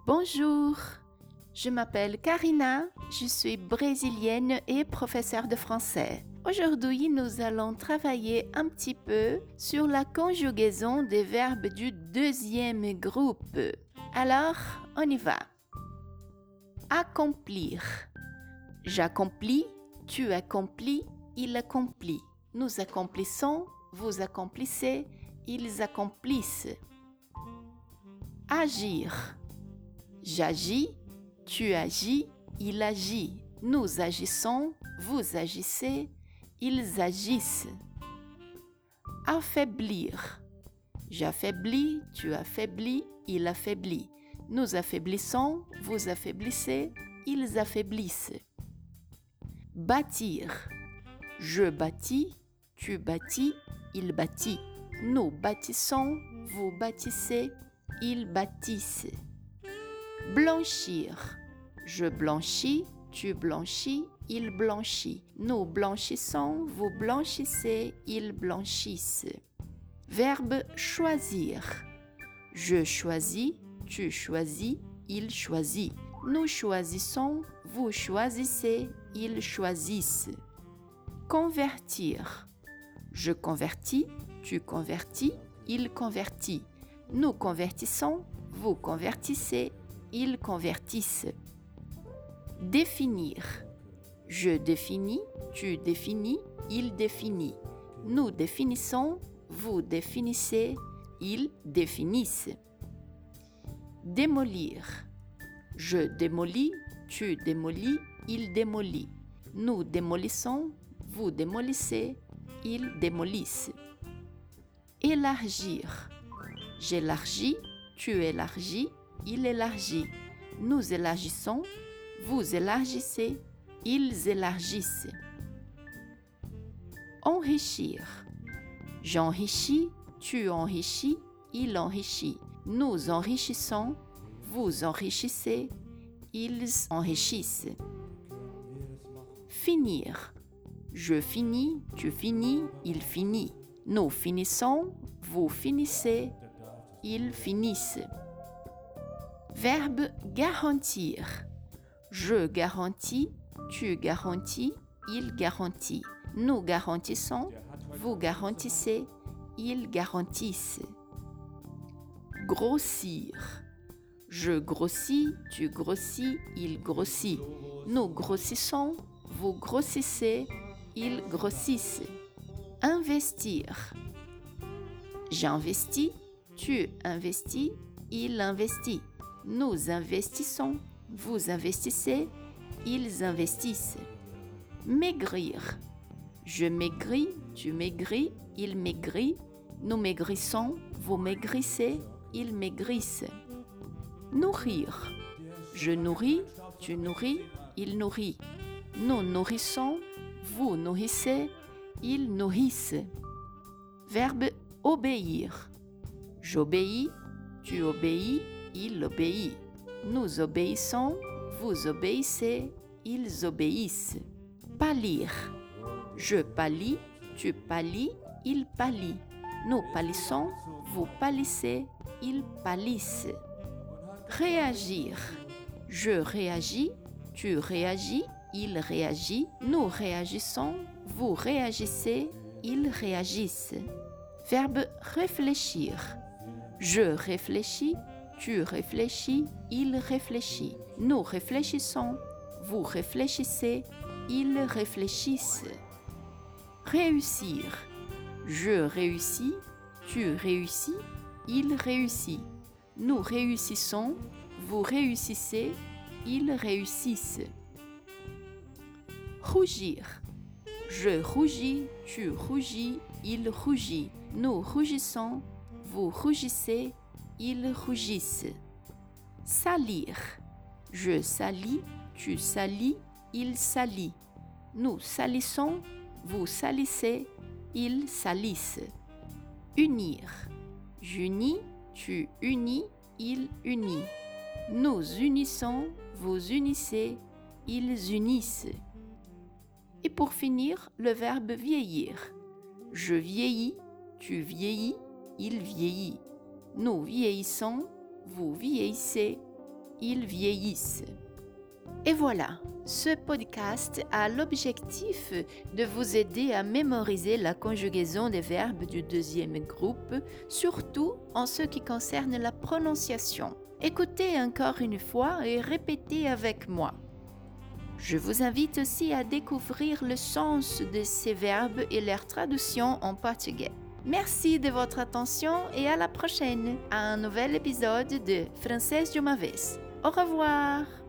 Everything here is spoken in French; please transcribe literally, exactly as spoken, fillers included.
Bonjour, je m'appelle Karina, je suis brésilienne et professeure de français. Aujourd'hui, nous allons travailler un petit peu sur la conjugaison des verbes du deuxième groupe. Alors, on y va. Accomplir. J'accomplis, tu accomplis, il accomplit. Nous accomplissons, vous accomplissez, ils accomplissent. Agir. J'agis, tu agis, il agit. Nous agissons, vous agissez, ils agissent. Affaiblir. J'affaiblis, tu affaiblis, il affaiblit. Nous affaiblissons, vous affaiblissez, ils affaiblissent. Bâtir. Je bâtis, tu bâtis, il bâtit. Nous bâtissons, vous bâtissez, ils bâtissent. Blanchir. Je blanchis, tu blanchis, il blanchit. Nous blanchissons, vous blanchissez, ils blanchissent. Verbe choisir. Je choisis, tu choisis, il choisit. Nous choisissons, vous choisissez, ils choisissent. Convertir. Je convertis, tu convertis, il convertit. Nous convertissons, vous convertissez, ils convertissent. Définir. Je définis, tu définis, il définit. Nous définissons, vous définissez, ils définissent. Démolir. Je démolis, tu démolis, il démolit. Nous démolissons, vous démolissez, ils démolissent. Élargir. J'élargis, tu élargis, il élargit. Nous élargissons, vous élargissez, ils élargissent. Enrichir. J'enrichis, tu enrichis, il enrichit. Nous enrichissons, vous enrichissez, ils enrichissent. Finir. Je finis, tu finis, il finit. Nous finissons, vous finissez, ils finissent. Verbe garantir. Je garantis, tu garantis, il garantit. Nous garantissons, vous garantissez, ils garantissent. Grossir. Je grossis, tu grossis, il grossit. Nous grossissons, vous grossissez, ils grossissent. Investir. J'investis, tu investis, il investit. Nous investissons, vous investissez, ils investissent. Maigrir. Je maigris, tu maigris, il maigrit. Nous maigrissons, vous maigrissez, ils maigrissent. Nourrir. Je nourris, tu nourris, il nourrit. Nous nourrissons, vous nourrissez, ils nourrissent. Verbe obéir. J'obéis, tu obéis, il obéit. Nous obéissons, vous obéissez, ils obéissent. Pâlir. Je pâlis, tu pâlis, il pâlit. Nous pâlissons, vous pâlissez, ils pâlissent. Réagir. Je réagis, tu réagis, il réagit. Nous réagissons, vous réagissez, ils réagissent. Verbe réfléchir. Je réfléchis, tu réfléchis, il réfléchit. Nous réfléchissons, vous réfléchissez, ils réfléchissent. Réussir. Je réussis, tu réussis, il réussit. Nous réussissons, vous réussissez, ils réussissent. Rougir. Je rougis, tu rougis, il rougit. Nous rougissons, vous rougissez, ils rougissent. Salir. Je salis, tu salis, il salit. Nous salissons, vous salissez, ils salissent. Unir. J'unis, tu unis, il unit. Nous unissons, vous unissez, ils unissent. Et pour finir, le verbe vieillir. Je vieillis, tu vieillis, il vieillit. Nous vieillissons, vous vieillissez, ils vieillissent. Et voilà, ce podcast a l'objectif de vous aider à mémoriser la conjugaison des verbes du deuxième groupe, surtout en ce qui concerne la prononciation. Écoutez encore une fois et répétez avec moi. Je vous invite aussi à découvrir le sens de ces verbes et leur traduction en portugais. Merci de votre attention et à la prochaine, à un nouvel épisode de Français de uma vez. Au revoir!